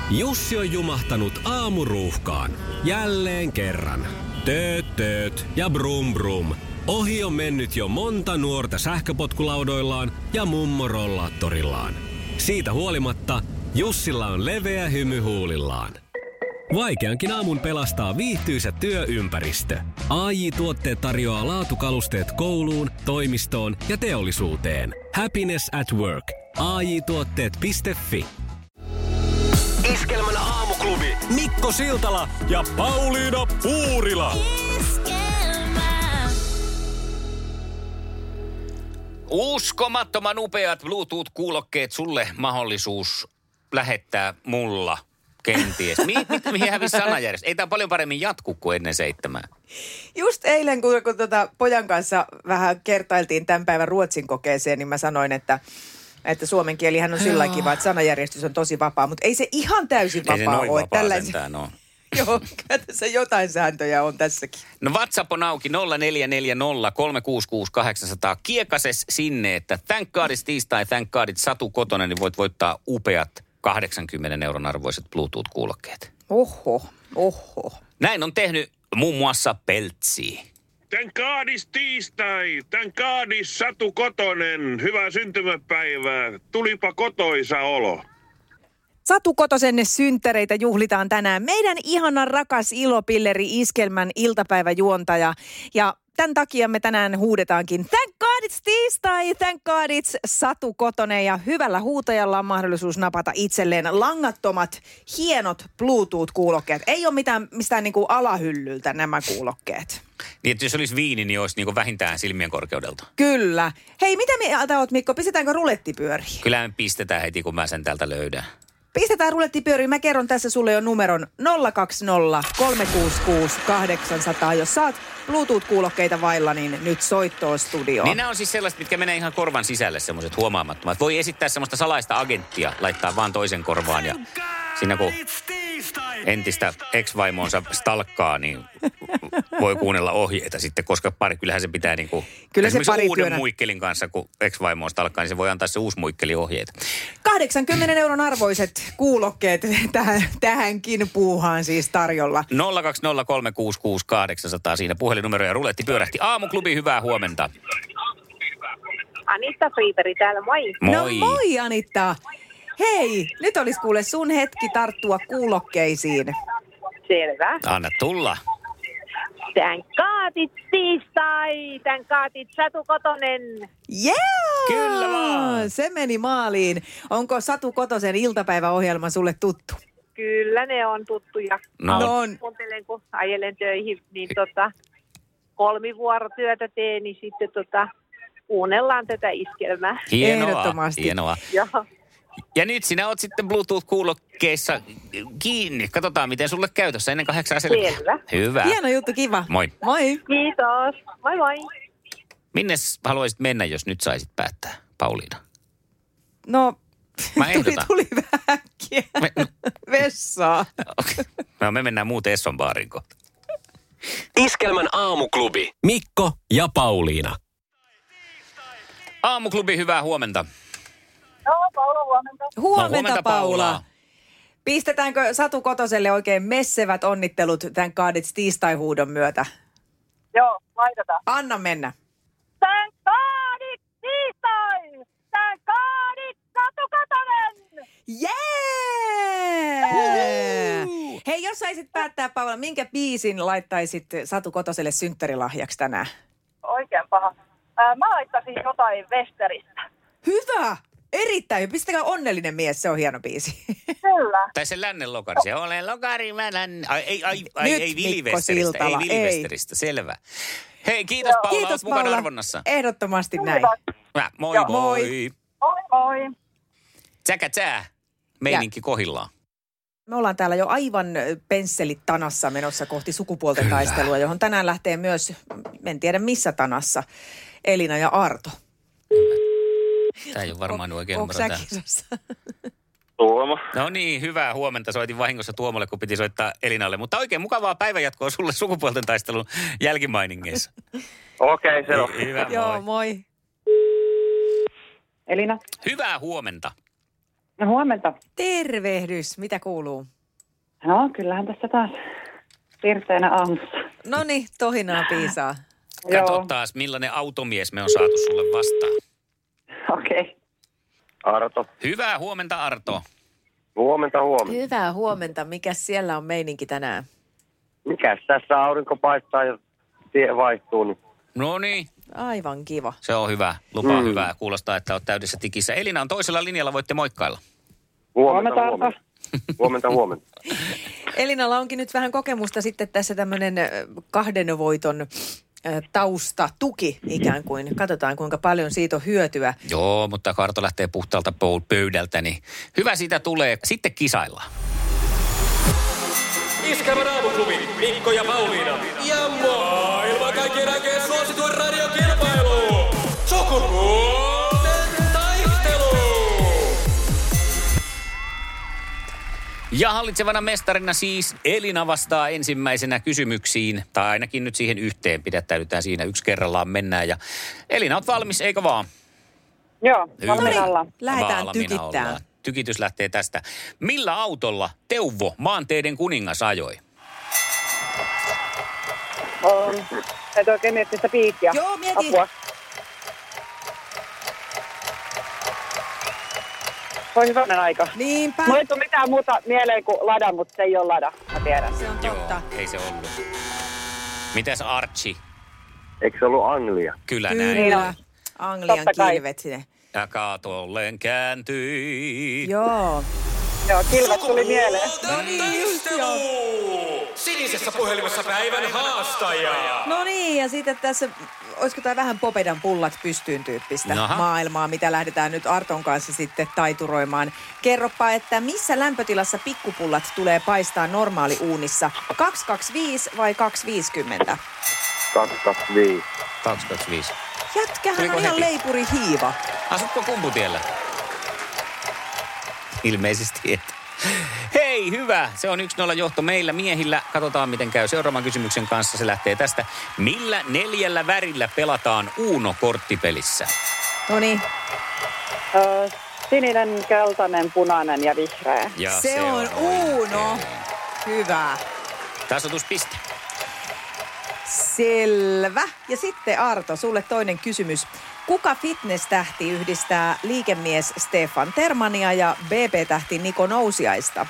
Jussi on jumahtanut aamuruuhkaan. Jälleen kerran. Tööt ja brum brum. Ohi on mennyt jo monta nuorta sähköpotkulaudoillaan ja mummorollaattorillaan. Siitä huolimatta Jussilla on leveä hymy huulillaan. Vaikeankin aamun pelastaa viihtyisä työympäristö. AJ-tuotteet tarjoaa laatukalusteet kouluun, toimistoon ja teollisuuteen. Happiness at work. AJ-tuotteet.fi. Iskelmän aamuklubi. Mikko Siltala ja Pauliina Puurila. Uskomattoman upeat Bluetooth-kuulokkeet, sulle mahdollisuus lähettää mulla kenties. Mihin hävisi sanajärjestys? Ei tämä paljon paremmin jatku kuin ennen 7. Just eilen, kun pojan kanssa vähän kertailtiin tämän päivän ruotsin kokeeseen, niin mä sanoin, että suomen kielihän on sillä kiva, että sanajärjestys on tosi vapaa, mutta ei se ihan täysin vapaa ole. Ei se noin vapaa sentään ole. Joo, tässä jotain sääntöjä on tässäkin. No WhatsApp on auki 0440 366 800. Kiekases sinne, että thank God it's tiistai, thank God it's Satu Kotonen, niin voit voittaa upeat 80 euron arvoiset Bluetooth-kuulokkeet. Oho. Näin on tehnyt muun muassa Peltsi. Tän kaadis tiistai, tän kaadis Satu Kotonen, hyvää syntymäpäivää, tulipa kotoisa olo. Satu Kotosen synttäreitä juhlitaan tänään. Meidän ihanan rakas ilopilleri Iskelmän iltapäiväjuontaja. Ja tämän takia me tänään huudetaankin thank God it's tiistai, thank God it's Satu Kotonen. Ja hyvällä huutajalla on mahdollisuus napata itselleen langattomat, hienot Bluetooth-kuulokkeet. Ei ole mistään niin kuin alahyllyltä nämä kuulokkeet. Niin, että jos olisi viini, niin olisi niin kuin vähintään silmien korkeudelta. Kyllä. Hei, mitä mieltä oot, Mikko? Pistetäänkö ruletti pyöriin? Kyllä me pistetään heti, kun mä sen täältä löydän. Pistetään ruletti pyöriin. Mä kerron tässä sulle jo numeron 020 366 800. Jos saat Bluetooth-kuulokkeita vailla, niin nyt soittoon studioon. Niin nämä on siis sellaiset, mitkä menee ihan korvan sisälle, semmoiset huomaamattomat. Voi esittää semmoista salaista agenttia, laittaa vaan toisen korvaan ja siinä kun entistä ex-vaimoonsa stalkkaa, niin voi kuunnella ohjeita sitten, koska kyllähän se pitää niinku... Kyllä se pari uuden muikkelin kanssa, kun ex-vaimoon stalkkaa, niin se voi antaa se uusi muikkeli ohjeita. 80 euron arvoiset kuulokkeet tähänkin puuhaan siis tarjolla. 020366800 siinä puhelinnumero ja ruletti pyörähti. Aamuklubi, hyvää huomenta. Anitta Friiperi täällä, moi. Moi. No moi Anitta. Hei, nyt olisi kuule sun hetki tarttua kuulokkeisiin. Selvä. Anna tulla. Tän kaatit tiistai, tän kaatit Satu Kotonen. Yeah! Kyllä vaan. Se meni maaliin. Onko Satu Kotosen iltapäiväohjelma sulle tuttu? Kyllä ne on tuttuja. No on. Kuuntelen, kun ajelen töihin, niin kolmivuorotyötä teen, niin sitten kuunnellaan tätä iskelmää. Ehdottomasti. Hienoa. Joo. Ja nyt sinä oot sitten Bluetooth-kuulokkeissa kiinni. Katsotaan, miten sulle käy tuossa ennen 8 selviää. Selvä. Hyvä. Hieno juttu, kiva. Moi. Moi. Kiitos. Moi moi. Minnes haluaisit mennä, jos nyt saisit päättää, Pauliina? No, Mä ehdotan. tuli vähän äkkiä. Vessaa. Okay. No, me mennään muuten Esson baariin kohta. Iskelmän aamuklubi. Mikko ja Pauliina. Aamuklubi, hyvää huomenta. Joo, Paula, huomenta. Huomenta, Paula. Pistetäänkö Satu Kotoselle oikein messevät onnittelut tämän kaadits tiistai-huudon myötä? Joo, laitetaan. Anna mennä. Tän kaadit tiistai, tän kaadit Satu Kotonen. Jee! Hei, jos saisit päättää, Paula, minkä biisin laittaisit Satu Kotoselle synttärilahjaksi tänään? Oikein paha. Mä laittaisin jotain Westeristä. Hyvä! Erittäin hyvä. Pistäkää Onnellinen mies, se on hieno biisi. Kyllä. Tai se lännen lokari. Se olen lokari, mä lännen. Ei Vili Mikko Westeristä. Siltala, Ei Vili ei. Westeristä, selvä. Hei, kiitos Paula, Kiitos, olet mukana Paula. arvonnassa. Ehdottomasti näin. Moi Joo, moi. Moi moi. Tsäkä tsää. Meininki kohillaan. Me ollaan täällä jo aivan pensselit tanassa menossa kohti sukupuolten taistelua, johon tänään lähtee myös, en tiedä missä tanassa, Elina ja Arto. Tämä ei ole varmaan oikein Onko numero sä kisassa? Tuomo. No niin, hyvää huomenta. Soitin vahingossa Tuomolle, kun piti soittaa Elinalle. Mutta oikein mukavaa päivänjatkoa sulle sukupuolten taistelun jälkimainingeissa. Okei, se on. Hyvä, Joo, moi. moi. Elina. Hyvää huomenta. No huomenta. Tervehdys. Mitä kuuluu? No kyllähän tässä taas pirteänä aamussa. Noniin, tohinaa piisaa. Katsotaas, millainen automies me on saatu sulle vastaan. Okei. Arto. Hyvää huomenta, Arto. Huomenta. Hyvää huomenta. Mikäs siellä on meininki tänään? Mikäs tässä aurinko paistaa ja tie vaihtuu, niin No niin, Aivan kiva. se on hyvä. Lupaa hyvää. Kuulostaa, että olet täydessä tikissä. Elina on toisella linjalla, voitte moikkailla. huomenta. Huomenta. Elinalla onkin nyt vähän kokemusta sitten tässä tämmöinen 2 voiton taustatuki ikään kuin. Katsotaan, kuinka paljon siitä on hyötyä. Joo, mutta kartta lähtee puhtaalta pöydältä, niin hyvä siitä tulee. Sitten kisaillaan. Iskelmän aamuklubi, Mikko ja Pauliina. Ja maailman kaikkien aikeen suosituen radiokilpailu. Sukupuolten taistelu. Ja hallitsevana mestarina siis Elina vastaa ensimmäisenä kysymyksiin. Tai ainakin nyt siihen yhteen pidättäydytään siinä. Yksi kerrallaan mennään. Ja Elina, oot valmis, eikö vaan? Joo, Hyvä. valmiina ollaan. Lähdetään Valmiina tykittämään. ollaan. Tykitys lähtee tästä. Millä autolla Teuvo, maanteiden kuningas, ajoi? Et oikein miettiä sitä piikkiä. Joo, mietin. Apua. Voi hyvänen aika. Niinpä. Mulla ei tule mitään muuta mieleen kuin Lada, mutta se ei ole Lada. Mä tiedän. Se on totta. Joo, ei se ollut. Mitäs Archie? Eikö se ollut Anglia? Kyllä näin. Kyllä. Anglian Totta kai. kilvet sinne. Ja kaatolleen kääntyi. Joo. Joo, kilvet tuli mieleen. No niin, just joo. Sinisessä puhelimessa päivän haastaja. No niin, ja sitten tässä, olisiko tämä vähän Popedan pullat pystyyn tyyppistä Jaha. maailmaa, mitä lähdetään nyt Arton kanssa sitten taituroimaan. Kerropa, että missä lämpötilassa pikkupullat tulee paistaa normaali uunissa? 225 vai 250? 225. 225. Jätkähän Tuliko on ihan heti? leipuri hiiva. Asutko Kumputiellä? Ilmeisesti et. Hei, hyvä. Se on 1-0 johto meillä miehillä. Katsotaan, miten käy seuraavan kysymyksen kanssa. Se lähtee tästä. Millä 4 värillä pelataan Uno-korttipelissä? No niin, Sininen, keltainen, punainen ja vihreä. Ja se on Uno. oikein. Hyvä. Tasoituspiste. Selvä. Ja sitten Arto, sulle toinen kysymys. Kuka fitness-tähti yhdistää liikemies Stefan Termania ja BP-tähti Niko Nousiaista?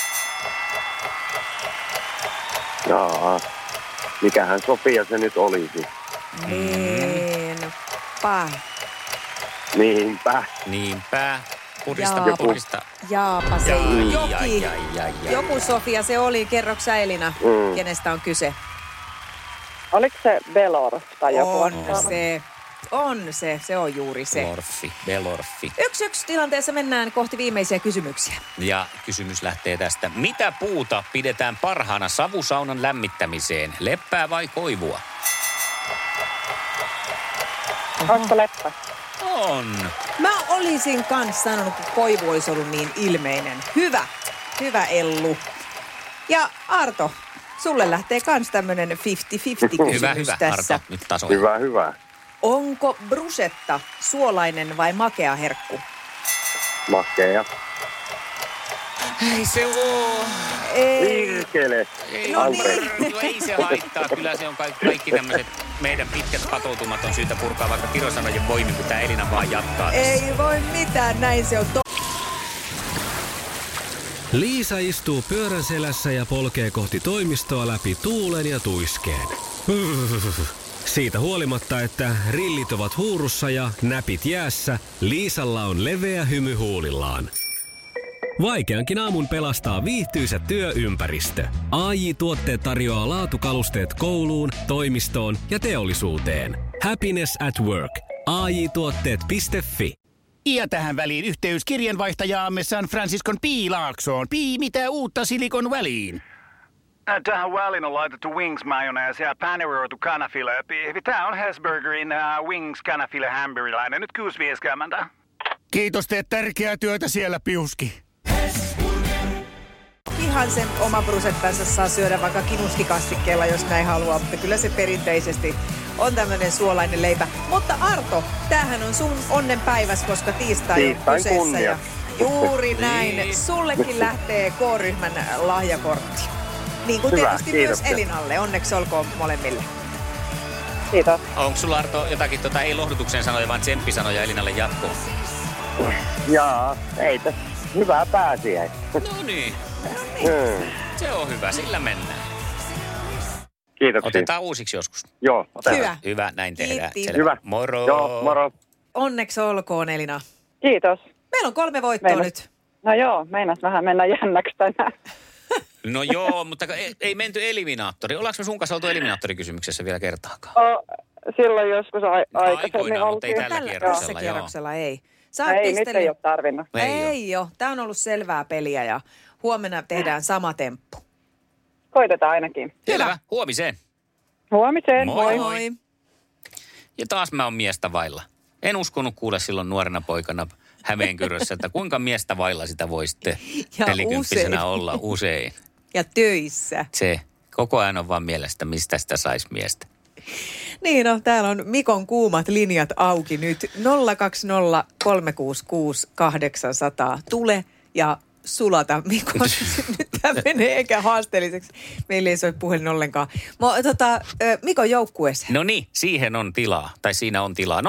Jaa. Mikähän Sofia se nyt olisi? Niinpä. Niinpä. Purista, Jaapa. purista. Jaapa se joki. Ai. Joku Sofia se oli. Kerroksä Elina, kenestä on kyse? Oliko se Belor tai joku? Se on juuri se. Belorfi. 1-1 tilanteessa mennään kohti viimeisiä kysymyksiä. Ja kysymys lähtee tästä. Mitä puuta pidetään parhaana savusaunan lämmittämiseen? Leppää vai koivua? Olisiko leppä? On. Mä olisin kans sanonut, kun koivu olisi ollut niin ilmeinen. Hyvä Ellu. Ja Arto, sulle lähtee kans tämmönen 50-50 kysymys Hyvä, tässä. Arto, nyt tasoja. Hyvä. Onko bruschetta suolainen vai makea herkku? Makea. Ei se oo. Virkele. No niin. Ei se haittaa. Kyllä se on kaikki tämmöiset meidän pitkät patoutumat on syytä purkaa vaikka kirosanojen voimin, kun tää Elina vaan jatkaa tässä. Ei voi mitään, näin se on. Liisa istuu pyörän selässä ja polkee kohti toimistoa läpi tuulen ja tuiskeen. Siitä huolimatta, että rillit ovat huurussa ja näpit jäässä, Liisalla on leveä hymy huulillaan. Vaikeankin aamun pelastaa viihtyisä työympäristö. AJ-tuotteet tarjoaa laatukalusteet kouluun, toimistoon ja teollisuuteen. Happiness at work. AJ-tuotteet.fi. Ja tähän väliin yhteys kirjanvaihtajaamme San Franciscon P-laaksoon. Mitä uutta Silikon väliin? Tähän väliin on laitettu wings mayonnaise ja paneroitu kanafila. Tämä on Hesburgerin wings kanafila hamburilainen. Nyt 6.50. Kiitos, teet tärkeää työtä siellä, Piuski. Ihan sen oma brusettansa saa syödä vaikka kinuskikastikkeella, jos näin haluaa, mutta kyllä se perinteisesti on tämmöinen suolainen leipä. Mutta Arto, tämähän on sun onnenpäiväs, koska tiistai on kyseessä. kunnia. Ja Juuri näin. Sullekin lähtee K-ryhmän lahjakortti. Niin kuin Hyvä, tietysti myös kiitoksia. Elinalle. Onneksi olkoon molemmille. Kiitos. Onko sulla, Arto, jotakin ei lohdutuksen sanoja, vaan tsemppisanoja Elinalle jatkoon? Jaa, ei tässä. Hyvää pääsiäistä. No niin. Se on hyvä, sillä mennään. Kiitoksia. Otetaan uusiksi joskus. Joo, otetaan. Hyvä. Hyvä, näin tehdään. Kiitti. Selvä. Hyvä. Moro. Joo, moro. Onneksi olkoon, Elina. Kiitos. Meillä on 3 voittoa nyt. No joo, meinas vähän mennä jännäksi tänään. No joo, mutta ei menty eliminaattori. Ollaanko me sun kanssa oltu eliminaattorikysymyksessä vielä kertaakaan? Silloin joskus aikaisemmin Aikoinaan, mutta ei oltiin. tällä kierroksella. Tässä Joo. kierroksella ei. Ei, nyt ei ole tarvinnut. Ei ole. Tämä on ollut selvää peliä ja huomenna tehdään sama temppu. Koitetaan ainakin. Selvä. Huomiseen. Huomiseen. Moi. Moi. Ja taas mä oon miestä vailla. En uskonut kuule silloin nuorena poikana Hämeenkyrössä, että kuinka miestä vailla sitä voi sitten Ja 40-vuotiaana usein. olla usein. Ja töissä. Se koko ajan on vaan mielestä, mistä sitä saisi miestä. Niin no, täällä on Mikon kuumat linjat auki nyt. 020 366 800. Tule ja sulata Mikon. Nyt tämä menee eikä haasteelliseksi. Meillä ei soi puhelin ollenkaan. Mikon joukkueessa. No niin, siihen on tilaa. Tai siinä on tilaa.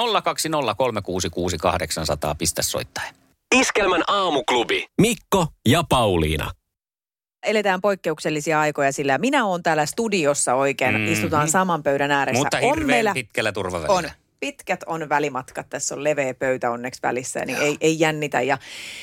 020366800. Pistä soittaen. Iskelmän aamuklubi. Mikko ja Pauliina. Eletään poikkeuksellisia aikoja, sillä minä oon täällä studiossa oikein. Istutaan saman pöydän ääressä. Mutta On hirveän pitkällä turvavälillä. On. Pitkät on välimatkat. Tässä on leveä pöytä onneksi välissä, niin ei jännitä. Ja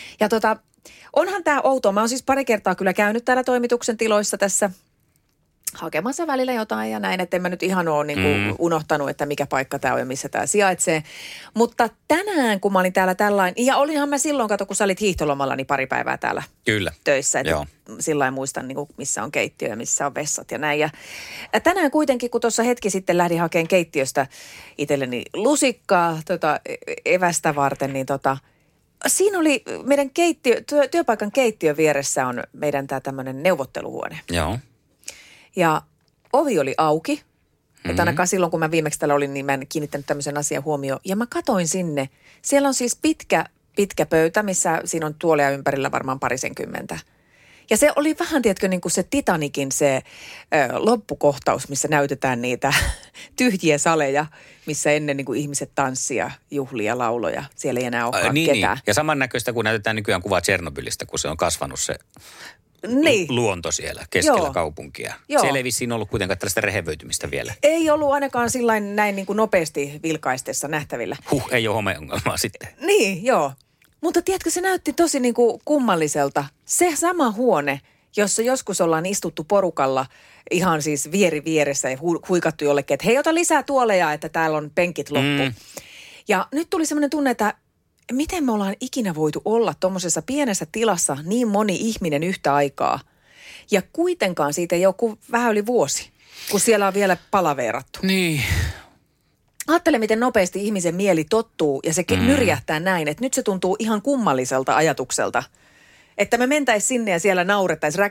onhan tämä outoa. Mä oon siis pari kertaa kyllä käynyt täällä toimituksen tiloissa tässä hakemassa välillä jotain ja näin, että en mä nyt ihan ole niin unohtanut, että mikä paikka tämä on ja missä tämä sijaitsee. Mutta tänään, kun mä olin täällä tällainen, ja olinhan mä silloin, kun sä olit hiihtolomalla, niin pari päivää täällä Kyllä. töissä. Että Joo. sillain muistan, niin kuin, missä on keittiö ja missä on vessat ja näin. Ja tänään kuitenkin, kun tuossa hetki sitten lähdin hakemaan keittiöstä itselleni lusikkaa evästä varten, niin siinä oli meidän työpaikan keittiön vieressä on meidän tämä tämmöinen neuvotteluhuone. Joo. Ja ovi oli auki. Että ainakaan silloin, kun mä viimeksi täällä olin, niin mä en kiinnittänyt tämmöisen asian huomioon. Ja mä katoin sinne. Siellä on siis pitkä pöytä, missä siinä on tuoleja ympärillä varmaan 20. Ja se oli vähän, tiedätkö, niin kuin se Titanikin se loppukohtaus, missä näytetään niitä tyhjiä saleja, missä ennen niin kuin ihmiset tanssia, juhlia, lauloja. Siellä ei enää olekaan ketään. Niin. Ja samannäköistä, kun näytetään nykyään kuvaa Tšernobylistä, kun se on kasvanut se luonto siellä keskellä kaupunkia. Joo. Siellä ei vissiin ollut kuitenkaan tällaista rehevöitymistä vielä. Ei ollut ainakaan sillain näin niin kuin nopeasti vilkaistessa nähtävillä. Ei ole homeongelmaa sitten. Niin, joo. Mutta tiedätkö, se näytti tosi niin kuin kummalliselta. Se sama huone, jossa joskus ollaan istuttu porukalla ihan siis vieressä ja huikattu jollekin, että hei, ota lisää tuoleja, että täällä on penkit loppu. Ja nyt tuli semmoinen tunne, että miten me ollaan ikinä voitu olla tuommoisessa pienessä tilassa niin moni ihminen yhtä aikaa. Ja kuitenkaan siitä ei ole kuin vähän yli vuosi, kun siellä on vielä palaveerattu. Niin. Ajattele, miten nopeasti ihmisen mieli tottuu ja sekin nyrjähtää näin, että nyt se tuntuu ihan kummalliselta ajatukselta. Että me mentäisiin sinne ja siellä naurettaisiin,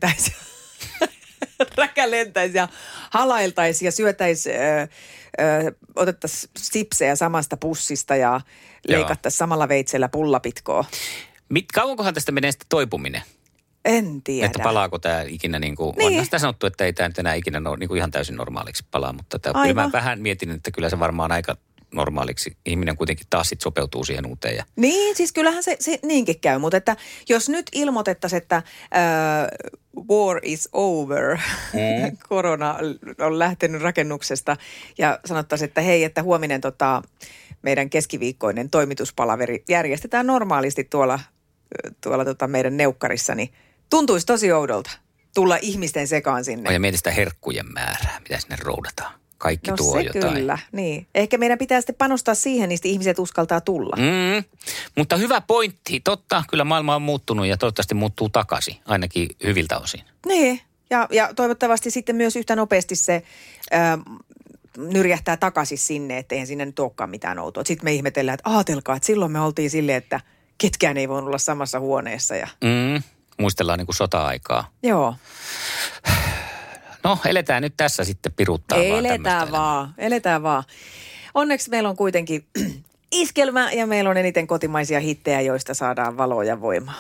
räkälentäisiin ja halailtaisiin ja syötäisiin, otettaisiin sipsejä samasta pussista ja leikattaisiin samalla veitsellä pullapitkoa. Kauankohan tästä menee sitten toipuminen? En tiedä. Että palaako tämä ikinä, niin kuin, onhan sitä sanottu, että ei tämä nyt enää ikinä niin kuin ihan täysin normaaliksi palaa, mutta kyllä mä vähän mietin, että kyllä se varmaan aika normaaliksi. Ihminen kuitenkin taas sitten sopeutuu siihen uuteen. Ja... Niin, siis kyllähän se niinkin käy, mutta että jos nyt ilmoitettaisiin, että war is over, korona on lähtenyt rakennuksesta ja sanottaisiin, että hei, että huominen meidän keskiviikkoinen toimituspalaveri järjestetään normaalisti tuolla meidän neukkarissa, niin tuntuisi tosi oudolta tulla ihmisten sekaan sinne. Ja mieti sitä herkkujen määrää, mitä sinne roudataan. Kaikki tuo se jotain. Kyllä, niin. Ehkä meidän pitää sitten panostaa siihen, niin ihmiset uskaltaa tulla. Mutta hyvä pointti. Totta, kyllä maailma on muuttunut ja toivottavasti muuttuu takaisin, ainakin hyviltä osin. Niin, ja toivottavasti sitten myös yhtä nopeasti se nyrjähtää takaisin sinne, että eihän sinne nyt olekaan mitään outoa. Sitten me ihmetellään, että ajatelkaa, että silloin me oltiin silleen, että ketkään ei voinut olla samassa huoneessa. Ja... Muistellaan niin kuin sota-aikaa. Joo. No, eletään nyt tässä sitten piruuttaa Eletään vaan. Onneksi meillä on kuitenkin Iskelmä ja meillä on eniten kotimaisia hittejä, joista saadaan valoa ja voimaa.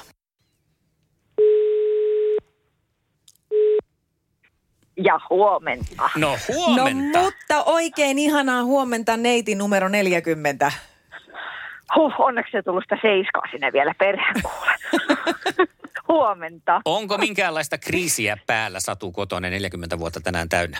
Ja huomenta. No huomenta. No mutta oikein ihanaa huomenta neiti numero 40. Onneksi ei tullut sitä 7 sinne vielä perään kuule. Huomenta. Onko minkäänlaista kriisiä päällä Satu Kotonen 40 vuotta tänään täynnä?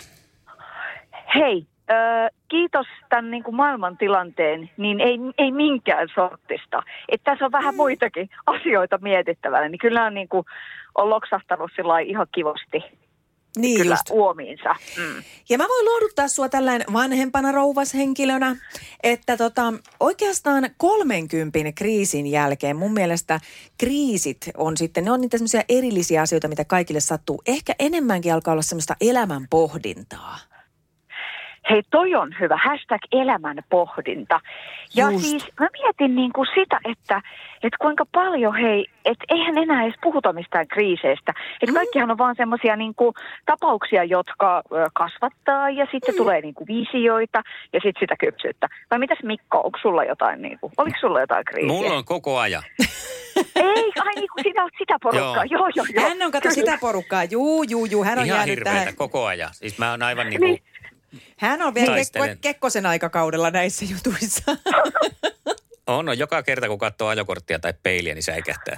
Hei, kiitos tämän niin kuin maailmantilanteen, niin ei minkään sortista. Että tässä on vähän muitakin asioita mietittävänä, niin kyllä on, niin kuin, on loksahtanut sillä ihan kivasti. Niin kyllä just. uomiinsa. Ja mä voin lohduttaa sua tällainen vanhempana rouvashenkilönä, että oikeastaan 30 kriisin jälkeen mun mielestä kriisit on sitten, ne on niitä semmoisia erillisiä asioita, mitä kaikille sattuu. Ehkä enemmänkin alkaa olla semmoista elämän pohdintaa. Hei, toi on hyvä. #elämän pohdinta. Ja Just. siis mä mietin niin kuin sitä, että kuinka paljon, että eihän enää edes puhuta mistään kriiseistä. Että kaikkihan on vaan semmoisia niin kuin tapauksia, jotka kasvattaa ja sitten tulee niin kuin visioita ja sitten sitä kypsyyttä. Vai mitäs Mikko, onko sulla jotain niin kuin, oliko sulla jotain kriisiä? Mulla on koko ajan. Ei, ai niin kuin sinä olet sitä porukkaa. Joo. Hän on kato sitä porukkaa. Juu. Hän on ihan jäänyt hirveätä tähän. koko ajan. Siis mä oon aivan niin kuin... Hän on vielä Taistelen. Kekkosen aikakaudella näissä jutuissa. On joka kerta, kun katsoo ajokorttia tai peiliä, niin säikähtää.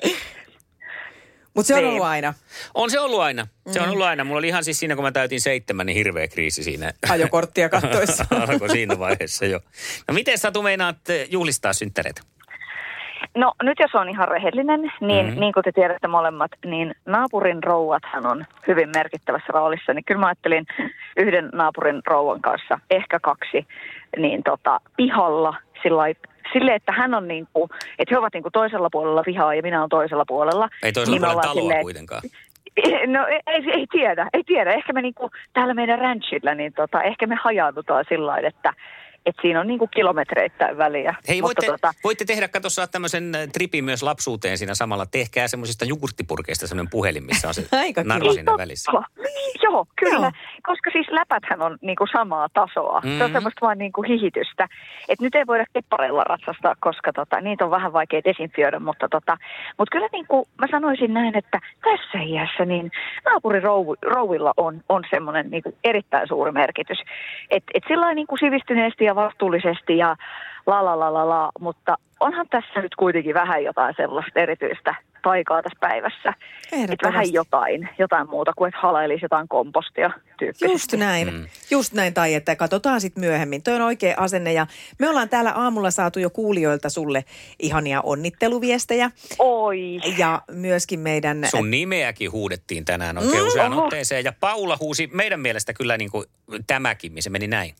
Mutta se on ollut aina. On se ollut aina. Se on ollut aina. Mulla oli ihan siis siinä, kun mä täytin 7, niin hirveä kriisi siinä. Ajokorttia kattoessa. Alkoi siinä vaiheessa jo. No miten Satu meinaat juhlistaa synttäreitä? No nyt jos on ihan rehellinen, niin kuin te tiedätte molemmat, niin naapurin rouvathan on hyvin merkittävässä roolissa. Niin kyllä mä ajattelin yhden naapurin rouvan kanssa, ehkä 2, niin pihalla silleen, että hän on niin kuin, että he ovat niin kuin toisella puolella pihaa ja minä olen toisella puolella. Ei toisella niin puolella taloa kuitenkaan. No ei tiedä. Ehkä me niin kuin täällä meidän ranchilla, niin ehkä me hajaannutaan sillä lailla, että siinä on niinku kilometreittäin väliä. Hei, voitte tehdä, kato, saat tämmöisen tripin myös lapsuuteen siinä samalla. Tehkää semmoisista jogurttipurkeista semmoinen puhelin, missä on se naru siinä välissä. Joo, kyllä. Koska siis läpäthän on niinku samaa tasoa. Se on semmoista vaan niinku hihitystä. Että nyt ei voida keppareilla ratsastaa, koska niitä on vähän vaikea desinfioida. Mutta kyllä niinku mä sanoisin näin, että tässä iässä niin naapurirouvilla on semmoinen niinku erittäin suuri merkitys. Että sillä niinku sivistyneesti ja vastuullisesti ja la, mutta onhan tässä nyt kuitenkin vähän jotain sellaista erityistä taikaa tässä päivässä. Että vähän jotain muuta kuin, että halailisi jotain kompostia tyyppisesti. Just näin, tai että katsotaan sitten myöhemmin. Toi on oikea asenne ja me ollaan täällä aamulla saatu jo kuulijoilta sulle ihania onnitteluviestejä. Oi! Ja myöskin meidän... Sun nimeäkin huudettiin tänään oikein usean otteeseen ja Paula huusi meidän mielestä kyllä niin kuin tämäkin, missä meni näin.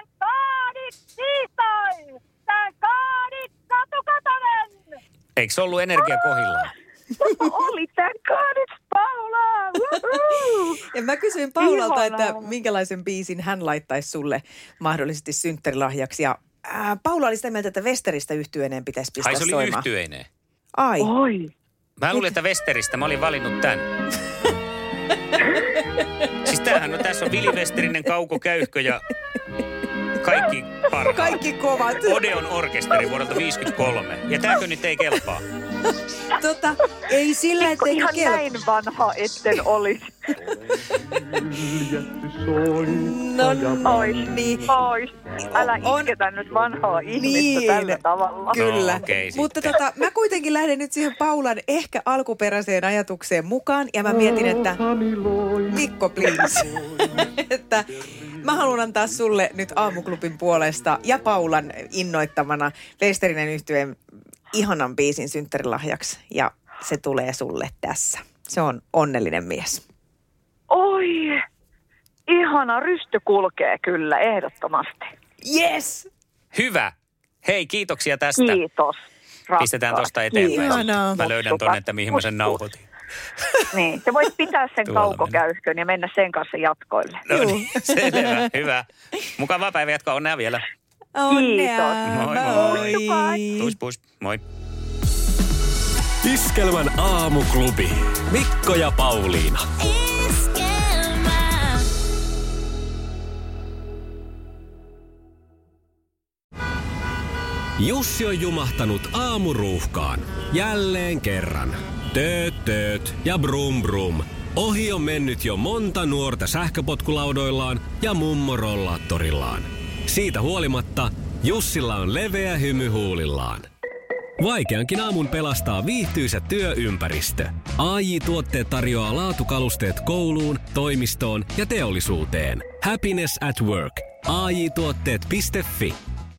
Satu Kotonen! Eikö se ollut energia kohdillaan? Oli, thank God it's Paula! Ja mä kysyin Paulalta, että minkälaisen biisin hän laittaisi sulle mahdollisesti synttärilahjaksi. Ja Paula oli sitä mieltä, että Westeristä yhtyeineen pitäisi pistää soimaan. Ai se oli yhtyeineen? Ai. Oi. Mä luulin, että Westeristä. Mä olin valinnut tän. Siis tämähän tässä on Vili Westerinen Kauko Käyhkö ja kaikki parhaat. Kaikki kovat. Odeon orkesteri vuodelta 1953. Ja tääkö nyt ei kelpaa? Ei sillä, ettei ihan kelpaa. näin vanha etten olisi. Ois. Älä isketä nyt vanhaa ihmistä tällä tavalla. Kyllä. No, okay, mutta mä kuitenkin lähden nyt siihen Paulan ehkä alkuperäiseen ajatukseen mukaan. Ja mä mietin, että Mikko, please. Että mä haluan antaa sulle nyt Aamuklubin puolesta ja Paulan innoittamana Westerinen yhtyeen ihanan biisin synttärilahjaksi. Ja se tulee sulle tässä. Se on onnellinen mies. Oi, ihana, rysty kulkee kyllä, ehdottomasti. Yes! Hyvä. Hei, kiitoksia tästä. Kiitos. Rakkaat. Pistetään tosta eteenpäin. Ihanaa. Mä löydän tonne, että mihin mä sen nauhoitin. Niin, sä voit pitää sen kaukokäyhkön ja mennä sen kanssa jatkoille. No niin, selvä, hyvä. Mukavaa päivä jatkoa, onnea vielä. Onnea. Moi moi. Tuis, moi. Iskelmän Aamuklubi. Mikko ja Pauliina. Jussi on jumahtanut aamuruuhkaan. Jälleen kerran. Tööt ja brum brum. Ohi on mennyt jo monta nuorta sähköpotkulaudoillaan ja mummorollaattorillaan. Siitä huolimatta Jussilla on leveä hymy huulillaan. Vaikeankin aamun pelastaa viihtyisä työympäristö. AJ-tuotteet tarjoaa laatukalusteet kouluun, toimistoon ja teollisuuteen. Happiness at work. AJ-tuotteet.fi